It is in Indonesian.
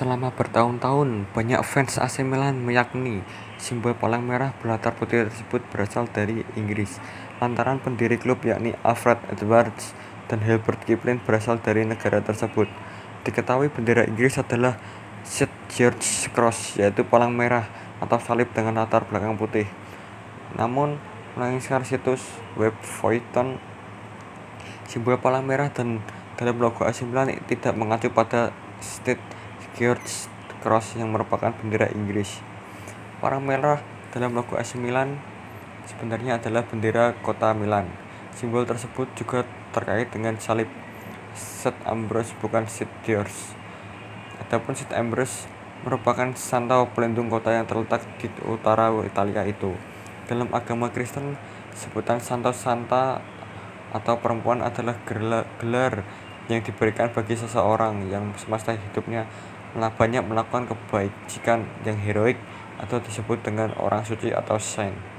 Selama bertahun-tahun, banyak fans AC Milan meyakini simbol palang merah berlatar putih tersebut berasal dari Inggris, lantaran pendiri klub yakni Alfred Edwards dan Herbert Kipling berasal dari negara tersebut. Diketahui bendera Inggris adalah St. George's Cross, yaitu palang merah atau salib dengan latar belakang putih. Namun, melalui situs web Voiton, simbol palang merah dan dalam logo AC Milan tidak mengacu pada St. George's Cross yang merupakan bendera Inggris. Palang merah dalam logo AC Milan sebenarnya adalah bendera kota Milan. Simbol tersebut juga terkait dengan salib St. Ambrose, bukan St. George. Adapun St. Ambrose merupakan santo pelindung kota yang terletak di utara Italia itu. Dalam agama Kristen, sebutan santo santa atau perempuan adalah gelar yang diberikan bagi seseorang yang semasa hidupnya banyak melakukan kebajikan yang heroik atau disebut dengan orang suci atau saint.